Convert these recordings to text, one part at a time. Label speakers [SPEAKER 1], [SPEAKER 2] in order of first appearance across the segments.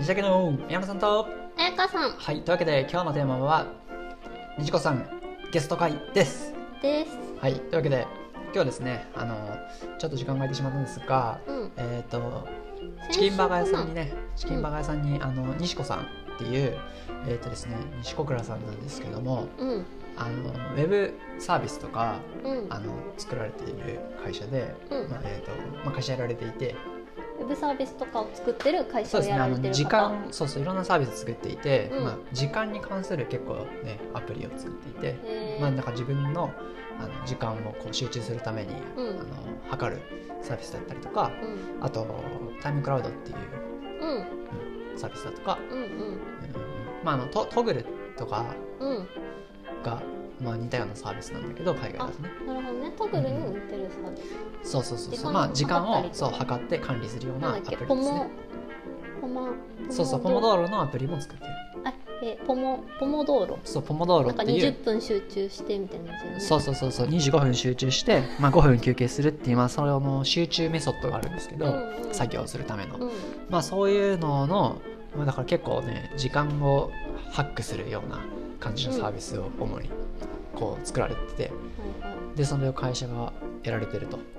[SPEAKER 1] 西崎の宮野さんと
[SPEAKER 2] あやかさん
[SPEAKER 1] はい、というわけで今日のテーマはにじこさんゲスト会です
[SPEAKER 2] です。
[SPEAKER 1] はい、というわけで今日はですねちょっと時間が空いてしまったんですが、チキンバーガー屋さんにね西子さんっていうですね西小倉さんなんですけども、ウェブサービスとか、作られている会社で、会社やられていて、
[SPEAKER 2] ウェブサービスとかを作ってる会社をやられてる方。
[SPEAKER 1] 時間、そういろんなサービス作っていて、時間に関する結構ねアプリを作っていて、なんか自分の時間をこう集中するために、測るサービスだったりとか、あとタイムクラウドっていう、サービスだとか、トグルとかが、似たようなサービスなんだけど海外だとね。
[SPEAKER 2] なるほどね、トグルに似てるサービス。
[SPEAKER 1] そう時間を測って管理するようなアプリですね。ポモドーロのアプリも作ってる。
[SPEAKER 2] ポモドーロ。
[SPEAKER 1] そう、ポモドーロっていう。
[SPEAKER 2] なんか20分集中してみたいなやつよね。
[SPEAKER 1] そう25分集中して、5分休憩するっていう、それの集中メソッドがあるんですけど、作業するための、そういうのの、だから結構ね時間をハックするような感じのサービスを主にこう作られてて、でそれを会社がやられてると。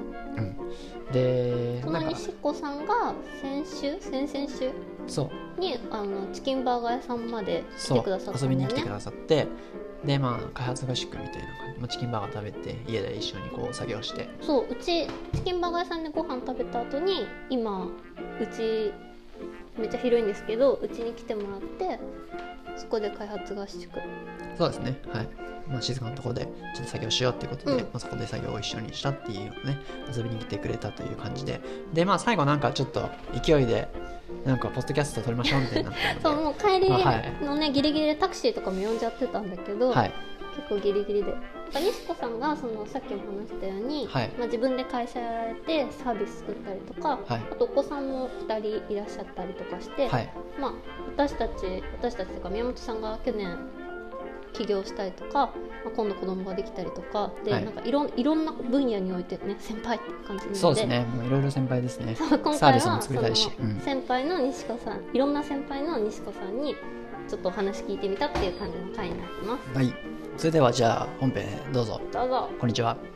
[SPEAKER 1] で
[SPEAKER 2] その西子さんが先々週にチキンバーガー屋さんまで来てくださったんだよね。
[SPEAKER 1] 遊びに来てくださって、で開発合宿みたいな感じ、チキンバーガー食べて家で一緒にこう作業して、
[SPEAKER 2] うちチキンバーガー屋さんでご飯食べた後に今うちめっちゃ広いんですけど、うちに来てもらってそこで開発合宿。
[SPEAKER 1] そうですね、はい。静かなところでちょっと作業しようっていうことで、そこで作業を一緒にしたっていうのね、遊びに来てくれたという感じで、で最後なんかちょっと勢いでなんかポッドキャスト撮りましょうみたいになったので
[SPEAKER 2] そう、もう帰りのね、ギリギリでタクシーとかも呼んじゃってたんだけど、結構ギリギリで西子さんがさっきも話したように、自分で会社やられてサービス作ったりとか、あとお子さんも2人いらっしゃったりとかして、私たちというか宮本さんが去年起業したりとか、今度子供ができたりとかで、なんかいろんな分野においてね先輩って感じなので。
[SPEAKER 1] そうですね、もういろいろ先輩ですね。
[SPEAKER 2] 今回は
[SPEAKER 1] サービスも作りたいし、
[SPEAKER 2] 先輩の西子さん、いろんな先輩の西子さんにちょっとお話聞いてみたっていう感じの回になってます。
[SPEAKER 1] はい、それではじゃあ本編どうぞ。こんにちは。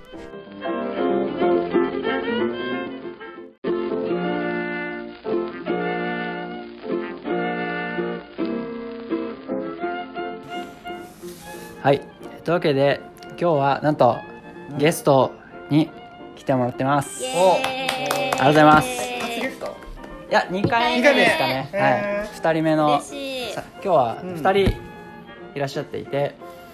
[SPEAKER 1] はい、というわけで今日はなんとゲストに来てもらってます。ありがとうございます。
[SPEAKER 3] 初ゲスト？
[SPEAKER 1] いや、2回目ですかね。はい、2人目の今日は2人いらっしゃっていて、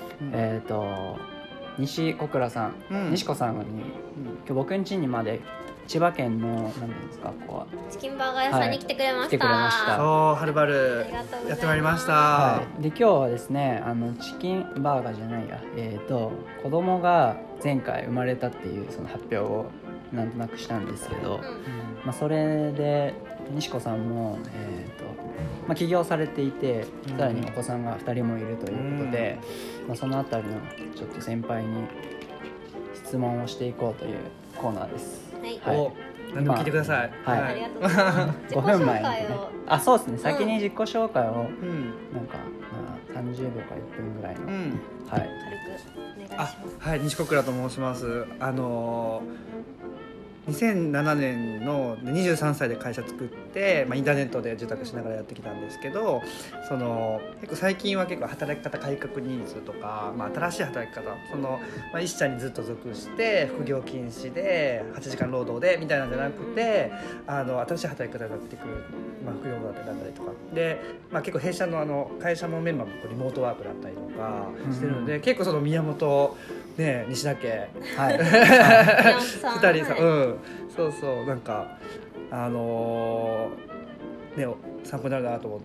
[SPEAKER 1] 西小倉さん、西子さんに今日僕ん家にまで千葉県の何ですか、こう
[SPEAKER 2] チキンバーガー屋さんに来てくれました。
[SPEAKER 1] 来てくれました。
[SPEAKER 3] はるばるやってまいりました。
[SPEAKER 1] で今日はですねチキンバーガーじゃないや、子供が前回生まれたっていうその発表をなんとなくしたんですけど、それで西子さんも起業されていて、さらにお子さんが2人もいるということで、そのあたりのちょっと先輩に質問をしていこうというコーナーです。
[SPEAKER 3] 何でも聞いてください。
[SPEAKER 2] ありがとうございます。
[SPEAKER 1] 5分前にね、そうですね、先に自己紹介をなんか30秒か1分ぐらいの、軽く
[SPEAKER 2] お願いします。
[SPEAKER 3] はい、西小倉と申します。2007年の23歳で会社作って、インターネットで受託しながらやってきたんですけど、結構最近は結構働き方改革ニーズとか、新しい働き方、一社にずっと属して副業禁止で8時間労働でみたいなんじゃなくて、新しい働き方になってくる、副業だったりとかで、結構弊社の会社のメンバーもリモートワークだったりとかしてるので、結構宮本ね、西田家2人さ、そうなんかね、参考になるなと思って、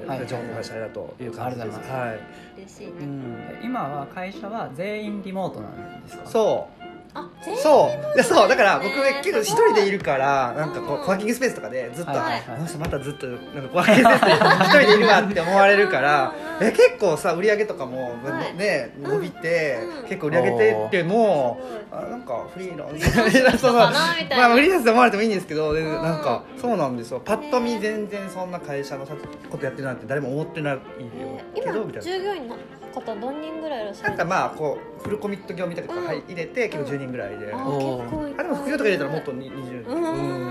[SPEAKER 3] 情報発信ありがとういう感じです。
[SPEAKER 2] 嬉しいね。
[SPEAKER 1] 今は会社は全員リモートなんですか？
[SPEAKER 3] そうそうだから僕結構一人でいるからなんかこうコワーキングスペースとかでずっとこの人またずっとなんかコワーキングスペースで一人でいるわって思われるから結構さ売り上げとかもね伸びて結構売り上げてってもなんかフリーランスまあフリーランスで思われてもいいんですけどなんかそうなんですよ。パッと見全然そんな会社のことやってるなんて誰も思ってないけどみたいな。
[SPEAKER 2] 今従業員の方何人ぐらいいらっしゃるんですか？
[SPEAKER 3] なんかまあこうフルコミット業みたいなとこ入れて結構10人ぐらいで、
[SPEAKER 2] 結構いっぱい。
[SPEAKER 3] でも副業とか入れたらもっと20人。
[SPEAKER 2] すごいな。
[SPEAKER 1] なるほど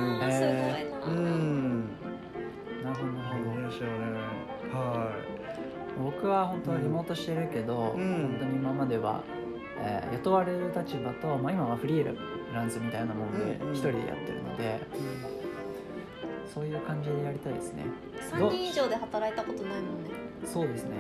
[SPEAKER 3] ですよね。はい。
[SPEAKER 1] 僕は本当はリモートしてるけど、本当に今までは、雇われる立場と、まあ、今はフリーランスみたいなもので一人でやってるので、そういう感じでやりたいですね。
[SPEAKER 2] 3人以上で働いたことないもんね。
[SPEAKER 1] そうですね。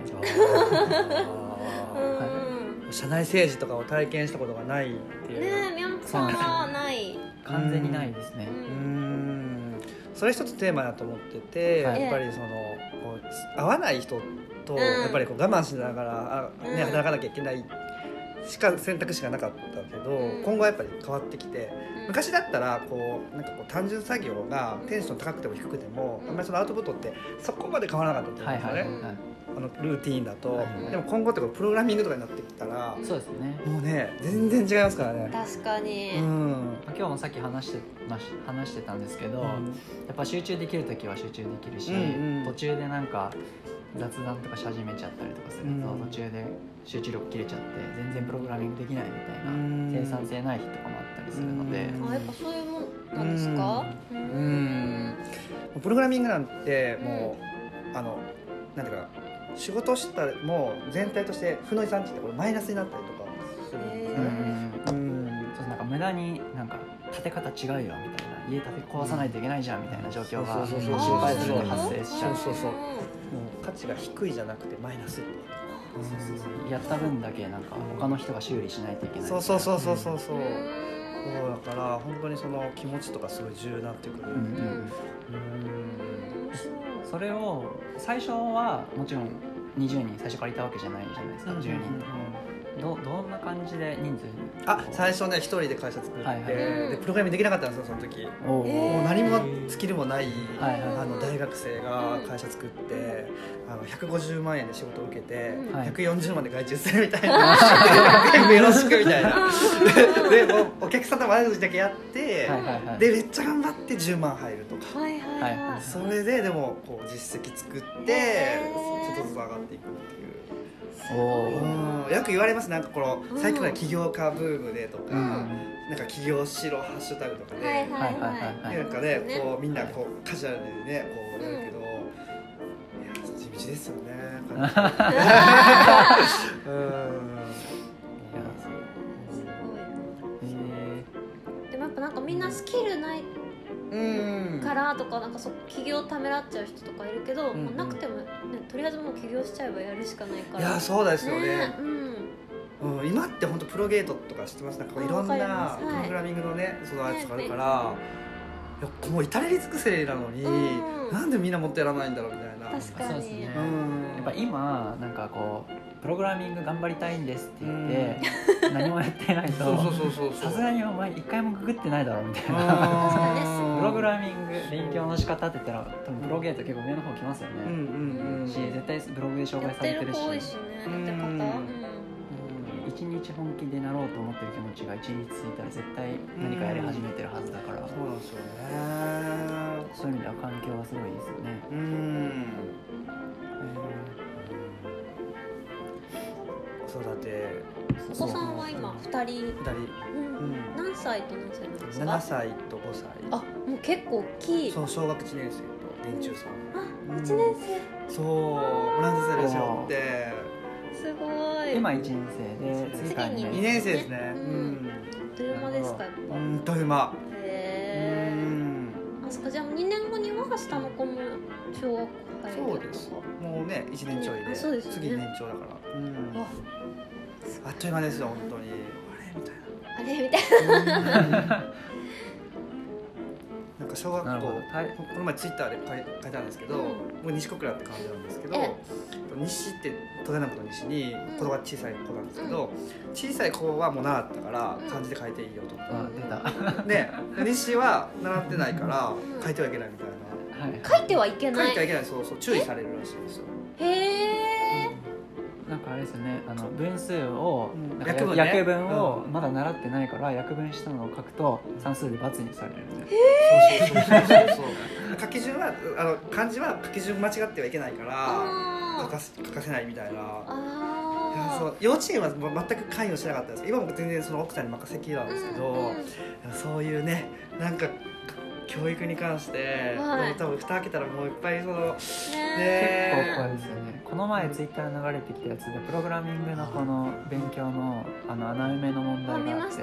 [SPEAKER 3] 社内政治とかを体験したことがないっていう。
[SPEAKER 2] ねえ、宮本さんはない。
[SPEAKER 1] 完全にないですね。
[SPEAKER 3] それ一つテーマだと思ってて、やっぱりそのこう合わない人とやっぱりこう我慢しながら働かなきゃいけないしか選択肢がなかったけど、今後はやっぱり変わってきて、昔だったらこうなんかこう単純作業がテンション高くても低くてもあんまりそのアウトプットってそこまで変わらなかったと思うんですよね。ルーティーンだと、でも今後ってプログラミングとかになってきたら、
[SPEAKER 1] そうですね。
[SPEAKER 3] もうね全然違いますからね。
[SPEAKER 2] 確かに。
[SPEAKER 1] 今日もさっき話してたんですけど、やっぱ集中できるときは集中できるし、途中でなんか雑談とかし始めちゃったりとかすると、途中で集中力切れちゃって全然プログラミングできないみたいな、生産性ない日とかもあったりするので、
[SPEAKER 2] やっぱそういうもんなんですか？
[SPEAKER 3] プログラミングなんてもうなんていうか仕事したらもう全体として負の遺産値ってこれマイナスになったりとかするんですね。
[SPEAKER 1] そうなんか無駄になんか建て方違うよみたいな、家建て壊さないといけないじゃんみたいな状況が心配するので発生しちゃう。
[SPEAKER 3] もう価値が低いじゃなくてマイナス。
[SPEAKER 1] やった分だけなんか他の人が修理しないといけない。
[SPEAKER 3] そうだから本当にその気持ちとかすごい重要になってくる。
[SPEAKER 1] それを最初はもちろん20人最初からいたわけじゃないじゃないですか。10人とかどんな感じで人数？
[SPEAKER 3] 最初ね一人で会社作って、でプログラミングできなかったんですよその時。もう何もスキルもない大学生が会社作って150万円で仕事を受けて、140万で外注するみたいな全部よろしくみたいなでもうお客さんと悪口だけやって、でめっちゃ頑張って10万入るとか、それででもこう実績作ってちょっとずつ上がっていくっていう。よく言われます。なんかこの最近まで起業家ブームでとか、なんか起業しろハッシュタグとかで、なんかねこうみんなこうカジュアルにねこうやるけど、いや地道ですよね。
[SPEAKER 2] でもやっぱなんかみんなスキルないからとか、なんか起業ためらっちゃう人とかいるけど、なくても、ね、とりあえずもう起業しちゃえばやるしかないから。
[SPEAKER 3] いやそうですよね。今って本当プロゲートとか知ってます？なんかいろんなプログラミングのねそのやつがあるから、もう至れり尽くせなのに、なんでみんなもっとやらないんだろうみたいな。
[SPEAKER 2] 確かに。
[SPEAKER 1] やっぱ今なんかこうプログラミング頑張りたいんですって言って何もやってないとさすがにお前一回もググってないだろうみたいな。プログラミング勉強の仕方って言ったら多分プロゲート結構上の方来ますよね。絶対ブログで紹介されてるし。一日本気でなろうと思ってる気持ちが一日ついたら絶対何かやり始めてるはずだから。
[SPEAKER 3] そうなんですよね。
[SPEAKER 1] そういう意味では環境はすごいですよね。
[SPEAKER 3] 子育て。
[SPEAKER 2] お子さんは今2人。何歳と何歳なんですか
[SPEAKER 3] ？7歳と5歳。
[SPEAKER 2] もう結構大きい。
[SPEAKER 3] そう、小学1年生と年中さん。
[SPEAKER 2] 1年生。
[SPEAKER 3] そう、同じ世代ですよって。
[SPEAKER 2] すごい。
[SPEAKER 1] 今1年生で次から
[SPEAKER 3] 2年生ですね。
[SPEAKER 2] あっという間ですか？やっぱ。
[SPEAKER 3] あっという間。
[SPEAKER 2] そっか、じゃあ2年後には下の子も小学校入るとか。
[SPEAKER 3] そうです。もうね1年ちょいで。次年長だから。あっという間ですよ本当に。あれみたいな。
[SPEAKER 2] なん
[SPEAKER 3] なんか小学校この前ツイッターで書いたんですけど、もう西小倉って感じなんですけど、西って戸田中の西に子供が小さい子なんですけど、小さい子はもう習ったから漢字で書いていいよとか、出たね、西は習ってないから書いてはいけないみたいな、
[SPEAKER 2] 書いてはいけない、
[SPEAKER 3] そう注意されるらしいんですよ。
[SPEAKER 2] へえ。
[SPEAKER 1] なんかあれですよね、分数を、約分をまだ習ってないから約分したのを書くと算数で×にされるんで、
[SPEAKER 3] そう書き順は漢字は書き順間違ってはいけないから書かせないみたいな。そう幼稚園は全く関与しなかったんですけど、今も全然その奥さんに任せきりなんですけど、そういうね、なんか教育に関して、多分蓋開けたらもういっぱいその、
[SPEAKER 1] 結構怖いですよね。この前ツイッター流れてきたやつでプログラミングのこの勉強の穴埋めの問題があって、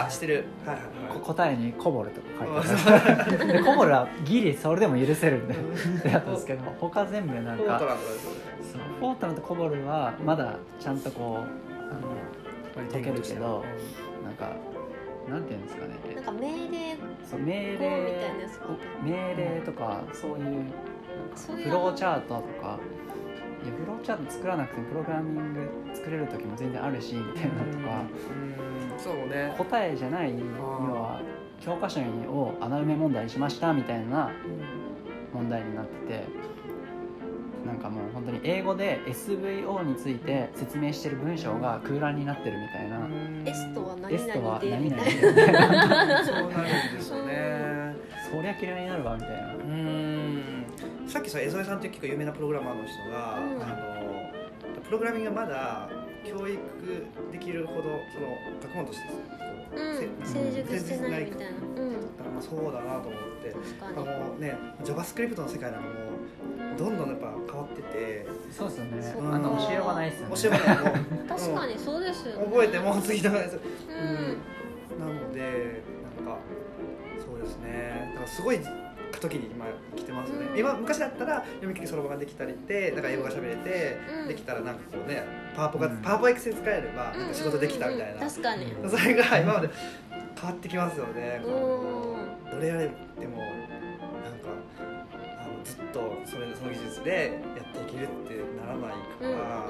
[SPEAKER 3] 知ってる、
[SPEAKER 1] 答えにコボルとか書いてあるでコボルはギリそれでも許せるんでってやったんですけど、他全部なんかフォートランドとコボルはまだちゃんとこう解けるけど、なんかなんていうんですかね、
[SPEAKER 2] なんか命
[SPEAKER 1] 令とかそういうフローチャートとか、いやフローチャート作らなくてもプログラミング作れる時も全然あるしみたいなとか、
[SPEAKER 3] そうね、
[SPEAKER 1] 答えじゃない要は教科書を穴埋め問題にしましたみたいな問題になってて、なんかもう本当に英語で SVO について説明してる文章が空欄になってるみたいな、
[SPEAKER 2] S とは何々で
[SPEAKER 1] みたいな
[SPEAKER 3] そうなるんですよね。
[SPEAKER 1] そりゃ嫌いになるわみたいな。
[SPEAKER 3] さっき江添さんって結構有名なプログラマーの人が、プログラミングがまだ教育できるほどその学問として
[SPEAKER 2] 成熟してないみたいな、
[SPEAKER 3] そうだなと思って、もうね JavaScript の世界なんかもどんどんやっぱ変わってて、
[SPEAKER 1] そうですよね、教えようがないですよね。
[SPEAKER 3] 教えようがないもう
[SPEAKER 2] 確かにそうですよね。
[SPEAKER 3] 覚えてもう次のです、なのでなんかそうですね、だからすごい過渡期に今来てますよね。昔だったら読み聞きその場ができたりで、なんか英語が喋れて、できたらなんかこうねパワポエクセル使えればなんか仕事できたみたいな、
[SPEAKER 2] 確かに
[SPEAKER 3] それが今まで変わってきますよね。どれやれてもなんかずっとその技術でやっていけるってならないから、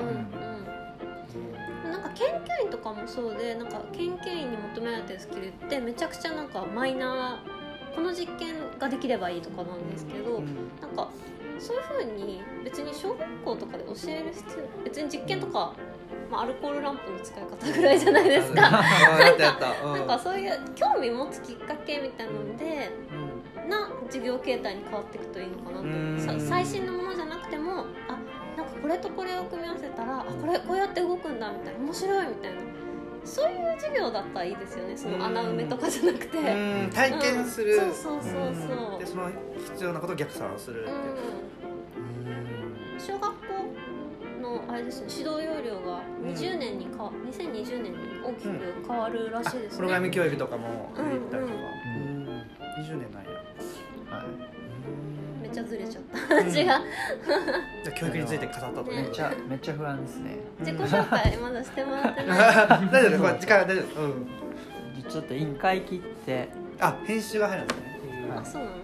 [SPEAKER 2] なんか研究員とかもそうで、なんか研究員に求められてるスキルってめちゃくちゃなんかマイナー、この実験ができればいいとかなんですけど、なんかそういう風に別に小学校とかで教える必要、別に実験とか、アルコールランプの使い方ぐらいじゃないですか。なんかそういう興味持つきっかけみたいなので、な授業形態に変わっていくといいのかなって、最新のものじゃなくても、なんかこれとこれを組み合わせたら、こうやって動くんだみたいな、面白いみたいな、そういう授業だったらいいですよね。その穴埋めとかじゃなくて、
[SPEAKER 3] 体験する、
[SPEAKER 2] そう
[SPEAKER 3] でその必要なことを逆算するって、
[SPEAKER 2] 小学校のあれですね、指導要領が2020年に大きく変わるらしいですね。
[SPEAKER 3] プログラミング教育とかも入れたりとか、20年なんや。
[SPEAKER 2] めっちゃずれちゃった話が
[SPEAKER 3] 教育について語ったと
[SPEAKER 1] めっちゃ不安ですね。
[SPEAKER 2] 自己紹介まだしてもらってない
[SPEAKER 3] 大丈夫、これ時間大丈
[SPEAKER 1] 夫。ちょっと一回切って、
[SPEAKER 3] 編集が入るんですね。
[SPEAKER 2] そうなの？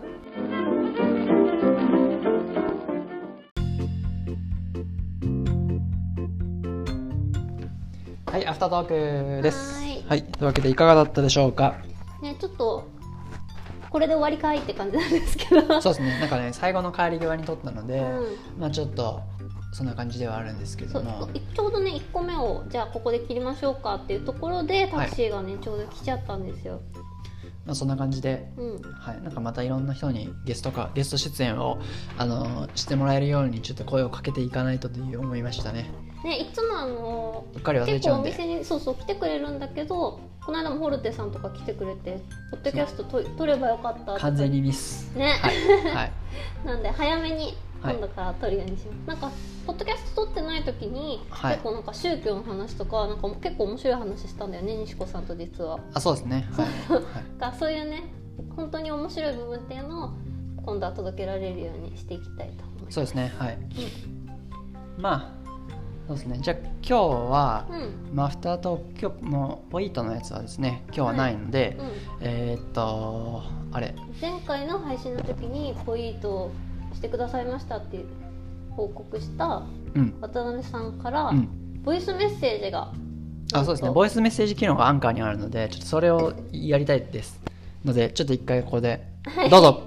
[SPEAKER 1] はい、アフタートークです。はい、というわけでいかがだったでしょうか。
[SPEAKER 2] ね、ちょっとこれで終わりかいって感じなんですけど。
[SPEAKER 1] そうですね。なんかね、最後の帰り際に撮ったので、ちょっとそんな感じではあるんですけども、
[SPEAKER 2] ちょうどね1個目をじゃあここで切りましょうかっていうところでタクシーがね、ちょうど来ちゃったんですよ。
[SPEAKER 1] そんな感じで、なんかまたいろんな人にゲスト出演をしてもらえるようにちょっと声をかけていかないとという思いましたね。
[SPEAKER 2] ね、いつも
[SPEAKER 1] うっかり忘れちゃうんで、
[SPEAKER 2] 結構お店に来てくれるんだけど、この間もホルテさんとか来てくれて、ポッドキャスト撮ればよかったって
[SPEAKER 1] 完全にミス
[SPEAKER 2] ね、
[SPEAKER 1] はい
[SPEAKER 2] なんで早めに今度から撮るようにします。なんかポッドキャスト撮ってない時に、結構なんか宗教の話とか、なんか結構面白い話したんだよね、西子さんと実は。
[SPEAKER 1] そうですね。
[SPEAKER 2] そういうね、本当に面白い部分っていうのを今度は届けられるようにしていきたいと思います。
[SPEAKER 1] そうですね。はい。 そうですね。じゃあ今日は、アフタートーク、今日のポイントのやつはですね、今日はないので、あれ
[SPEAKER 2] 前回の配信の時にポイントしてくださいましたって報告した渡辺さんから、ボイスメッセージが
[SPEAKER 1] そうですね、ボイスメッセージ機能がアンカーにあるので、ちょっとそれをやりたいですので、ちょっと一回ここでどうぞ。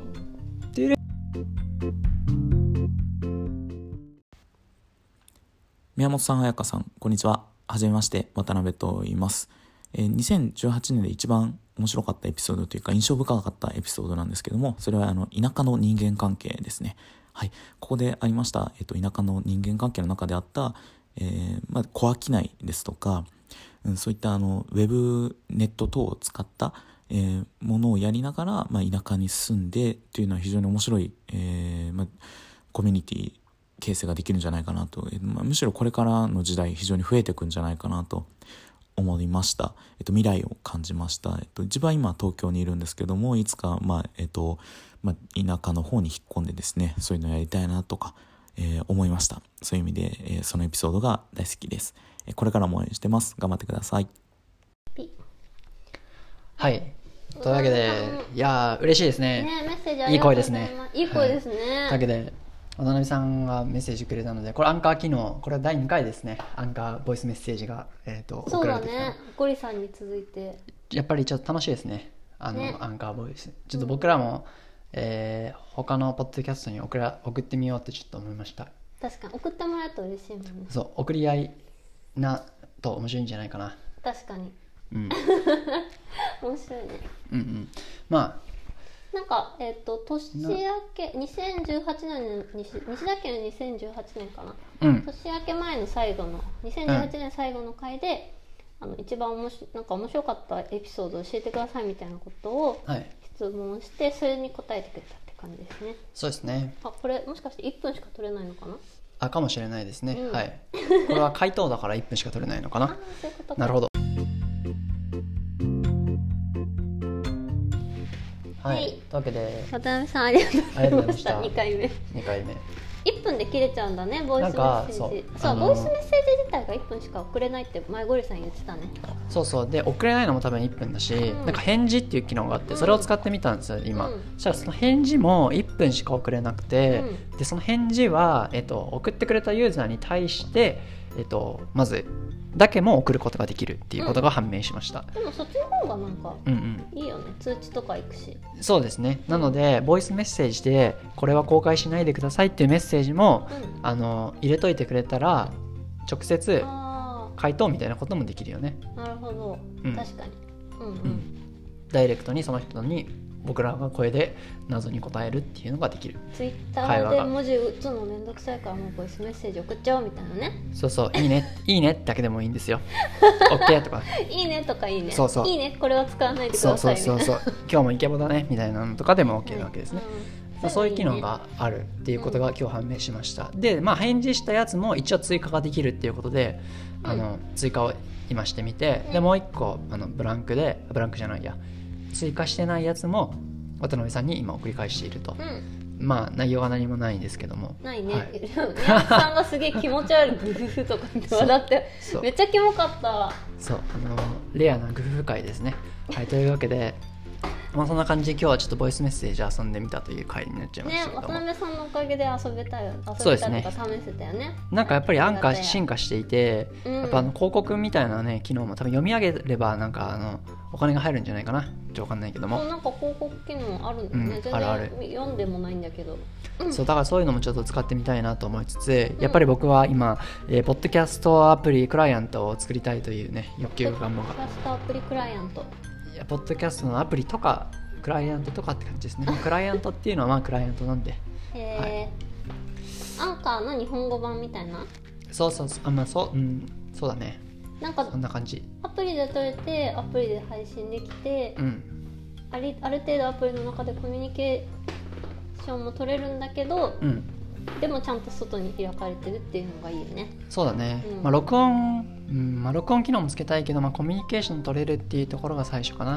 [SPEAKER 4] 宮本さん、彩香さん、こんにちは。はじめまして、渡辺と言います。2018年で一番面白かったエピソードというか印象深かったエピソードなんですけども、それは田舎の人間関係ですね。はい、ここでありました、田舎の人間関係の中であった、小商いですとか、そういったウェブネット等を使った、ものをやりながら、田舎に住んでというのは非常に面白い、コミュニティ形成ができるんじゃないかなと、むしろこれからの時代非常に増えていくんじゃないかなと思いました。未来を感じました。自分は今東京にいるんですけども、いつか田舎の方に引っ込んでですね、そういうのをやりたいなとか、思いました。そういう意味で、そのエピソードが大好きです。これからも応援してます。頑張ってください。
[SPEAKER 1] はい。というわけで、いや嬉しいですね。
[SPEAKER 2] メッセージありがとうございます。いい声ですね。
[SPEAKER 1] というわけで渡辺さんがメッセージくれたので、これアンカー機能、これは第2回ですね。アンカーボイスメッセージが、送られてきた。そうだね、
[SPEAKER 2] ゴリさんに続いて
[SPEAKER 1] やっぱりちょっと楽しいですね、アンカーボイス。ちょっと僕らも、他のポッドキャストに送ってみようってちょっと思いました。
[SPEAKER 2] 確かに送ってもらうと嬉しいもんね。
[SPEAKER 1] そう、送り合いなと面白いんじゃないかな。
[SPEAKER 2] 確かに、面白いね。なんか、年明け2018年西田家の2018年かな、年明け前の最後の2018年最後の回で、一番なんか面白かったエピソードを教えてくださいみたいなことを質問して、それに答えてくれたって感じですね。
[SPEAKER 1] そうですね。
[SPEAKER 2] これもしかして1分しか取れないのかな。
[SPEAKER 1] かもしれないですね、はい。これは回答だから1分しか取れないのかな。
[SPEAKER 2] そういうことか。
[SPEAKER 1] なるほど。はい、というわけで
[SPEAKER 2] 渡辺さんありがとうございました。2回目1分で切れちゃうんだね、ボイスメッセージ。そう、ボイスメッセージ自体が1分しか送れないって前ゴリさん言ってたね。そう
[SPEAKER 1] で、送れないのも多分1分だし、なんか返事っていう機能があって、それを使ってみたんですよ今。そしたらその返事も1分しか送れなくて、でその返事は、送ってくれたユーザーに対して、まずだけも送ることができるっていうことが判明しました。
[SPEAKER 2] でもそっちの方がなんかいいよね、通知とか行くし。
[SPEAKER 1] そうですね。なのでボイスメッセージでこれは公開しないでくださいっていうメッセージも、入れといてくれたら直接回答みたいなこともできるよね。
[SPEAKER 2] なるほど、確かに、
[SPEAKER 1] ダイレクトにその人に僕らが声で謎に答えるっていうのができる。
[SPEAKER 2] ツイッターで文字打つのめんどくさいからもうボイスメッセージ送っちゃおうみたいなね。
[SPEAKER 1] そういいねだけでもいいんですよ。OK とか
[SPEAKER 2] いいねとかいいね、
[SPEAKER 1] そう
[SPEAKER 2] いいねこれは使わないでくださいみたいな。
[SPEAKER 1] そう今日もイケボだねみたいなのとかでも OK なわけですね。そういう機能があるっていうことが今日判明しました。で、返事したやつも一応追加ができるっていうことで、追加を今してみて、でもう一個ブランクじゃないや、追加してないやつも渡辺さんに今送り返していると。内容は何もないんですけども。ないね。
[SPEAKER 2] 宮本さんがすげえ気持ち悪いグフフとかって笑ってめっちゃキモかった。
[SPEAKER 1] そう、レアなグフフ会ですね。はい、というわけで。そんな感じで今日はちょっとボイスメッセージ遊んでみたという回になっちゃいましたけども、
[SPEAKER 2] 渡辺さんのおかげで遊べたとか試せたよね。
[SPEAKER 1] なんかやっぱりアンカー進化していて、やっぱ広告みたいなね機能も多分読み上げればなんかお金が入るんじゃないかな。ちょっと分かんないけども、
[SPEAKER 2] なんか広告機能あるんだね、全然読んでもないんだけど、
[SPEAKER 1] そうだからそういうのもちょっと使ってみたいなと思いつつ、やっぱり僕は今、ポッドキャストアプリクライアントを作りたいというね欲求願望が。
[SPEAKER 2] ポッドキャストアプリクライアント、
[SPEAKER 1] ポッドキャストのアプリとかクライアントとかって感じですね。クライアントっていうのはクライアントなんで、
[SPEAKER 2] アンカーの日本語版みたいな。
[SPEAKER 1] そうだね。なんかそんな感じ。
[SPEAKER 2] アプリで撮れてアプリで配信できて、ある程度アプリの中でコミュニケーションも取れるんだけど、でもちゃんと外に開かれてるっていうのがいいよね。
[SPEAKER 1] そうだね、録音機能もつけたいけど、コミュニケーション取れるっていうところが最初かな。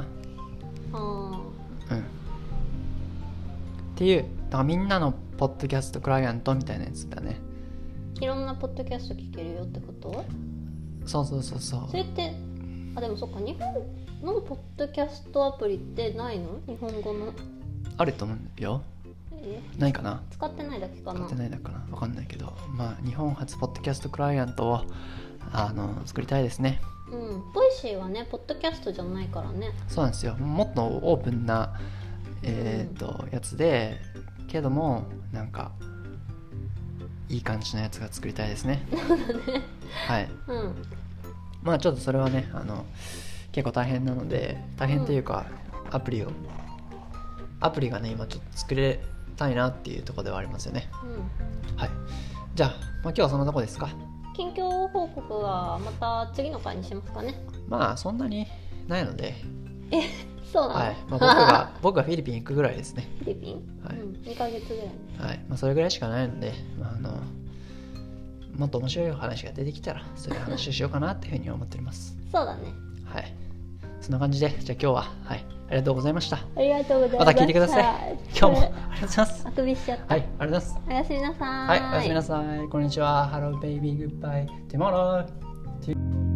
[SPEAKER 1] っていう、だからみんなのポッドキャストクライアントみたいなやつだね。
[SPEAKER 2] いろんなポッドキャスト聞けるよってこと？
[SPEAKER 1] そうそ
[SPEAKER 2] れってでもそっか、日本のポッドキャストアプリってないの？日本語の
[SPEAKER 1] あると思うよ。ないかな？
[SPEAKER 2] 使ってないだけかな？
[SPEAKER 1] 使ってないだけかな、分かんないけど、日本初ポッドキャストクライアントを作りたいですね。
[SPEAKER 2] ボイシーはねポッドキャストじゃないからね。
[SPEAKER 1] そうなんですよ。もっとオープンなやつで、けどもなんかいい感じのやつが作りたいですね。
[SPEAKER 2] そうだね。
[SPEAKER 1] はい。ちょっとそれはね結構大変なので、大変というか、アプリがね今ちょっと作れたいなっていうところではありますよね。はい。じゃあ、今日はそんなとこですか？
[SPEAKER 2] 近況報告はまた次の回にしますかね。
[SPEAKER 1] そんなにないので。
[SPEAKER 2] そうなの？
[SPEAKER 1] はい。僕がフィリピン行くぐらいですね。
[SPEAKER 2] フィリピン？
[SPEAKER 1] はい。
[SPEAKER 2] 2ヶ月ぐらい。
[SPEAKER 1] はい。それぐらいしかないので、もっと面白い話が出てきたらそういう話をしようかなっていうふうに思っております。
[SPEAKER 2] そうだね。
[SPEAKER 1] はい。そんな感じで、じゃあ今日はありがとうございました。
[SPEAKER 2] ありがとうございました。
[SPEAKER 1] また聞いてください。今日もありがとうございます。
[SPEAKER 2] あくびしちゃった。
[SPEAKER 1] はい、ありがとうございます。
[SPEAKER 2] おやすみなさい。
[SPEAKER 1] はい、おやすみなさい。こんにちは。Hello baby, goodbye. Tomorrow.